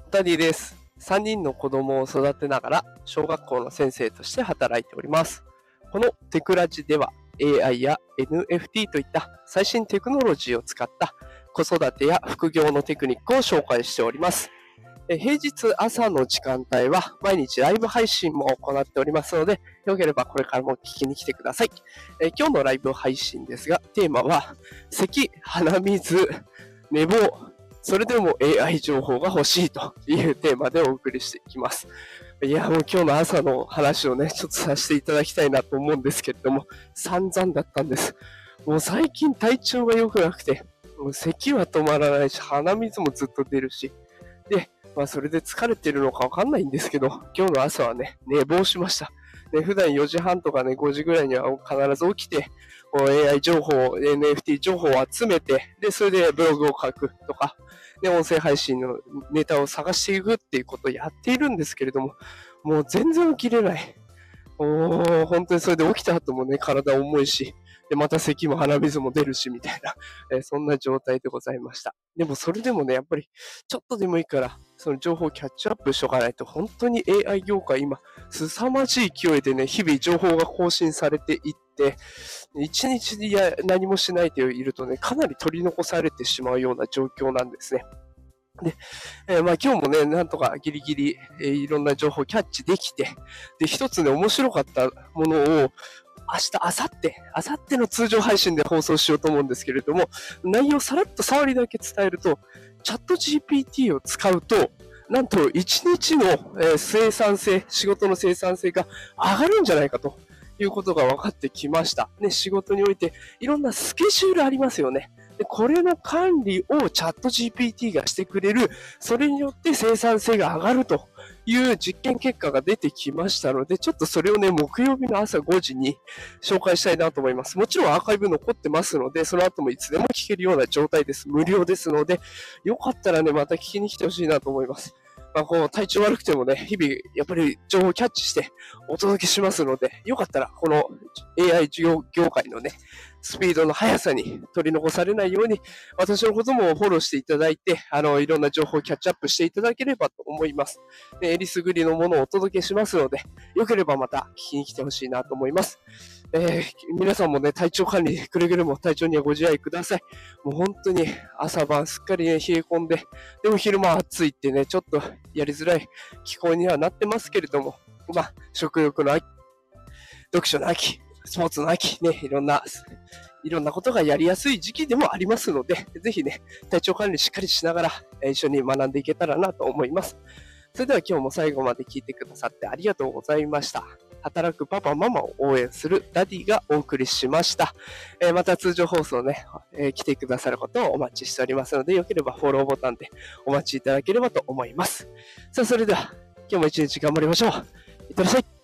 ダディです。3人の子供を育てながら小学校の先生として働いております。このテクラジでは AI や NFT といった最新テクノロジーを使った子育てや副業のテクニックを紹介しております。平日朝の時間帯は毎日ライブ配信も行っておりますので、よければこれからも聞きに来てください。今日のライブ配信ですが、テーマは咳、鼻水、寝坊、それでも AI 情報が欲しいというテーマでお送りしていきます。いや、もう今日の朝の話をね、ちょっとさせていただきたいなと思うんですけれども、散々だったんです。もう最近体調が良くなくて、もう咳は止まらないし、鼻水もずっと出るし、で、それで疲れてるのかわかんないんですけど、今日の朝はね、寝坊しました。普段4時半とかね、5時ぐらいには必ず起きて、AI 情報、NFT 情報を集めて、で、それでブログを書くとか、で、音声配信のネタを探していくっていうことをやっているんですけれども、もう全然起きれない。本当にそれで起きた後もね、体重いし、で、また咳も鼻水も出るし、みたいな、そんな状態でございました。でもそれでもね、やっぱりちょっとでもいいから、その情報をキャッチアップしとかないと、本当に AI 業界今、凄まじい勢いでね、日々情報が更新されていって、一日に何もしないでいるとね、かなり取り残されてしまうような状況なんですね。で、今日もね、なんとかギリギリ、いろんな情報をキャッチできて、で、一つね、面白かったものを、明後日の通常配信で放送しようと思うんですけれども、内容をさらっと触りだけ伝えると、チャット GPT を使うと、なんと1日の生産性、仕事の生産性が上がるんじゃないかということが分かってきました。ね、仕事においていろんなスケジュールありますよね。でこれの管理をチャット GPT がしてくれる、それによって生産性が上がるという実験結果が出てきましたので、ちょっとそれをね、木曜日の朝5時に紹介したいなと思います。もちろんアーカイブ残ってますので、その後もいつでも聞けるような状態です。無料ですので、よかったらね、また聞きに来てほしいなと思います。体調悪くてもね、日々やっぱり情報をキャッチしてお届けしますので、よかったらこの AI 業界のね、スピードの速さに取り残されないように、私のこともフォローしていただいて、いろんな情報をキャッチアップしていただければと思います。えりすぐりのものをお届けしますので、よければまた聞きに来てほしいなと思います。皆さんもね、体調管理、くれぐれも体調にはご自愛ください。もう本当に朝晩すっかりね、冷え込んで、でも昼間暑いってね、ちょっとやりづらい気候にはなってますけれども、食欲の秋、読書の秋、スポーツの秋、ね、いろんなことがやりやすい時期でもありますので、ぜひね、体調管理しっかりしながら、一緒に学んでいけたらなと思います。それでは今日も最後まで聞いてくださってありがとうございました。働くパパママを応援するダディがお送りしました。また通常放送ね、来てくださることをお待ちしておりますので、よければフォローボタンでお待ちいただければと思います。さあ、それでは今日も一日頑張りましょう。いってらっしゃい。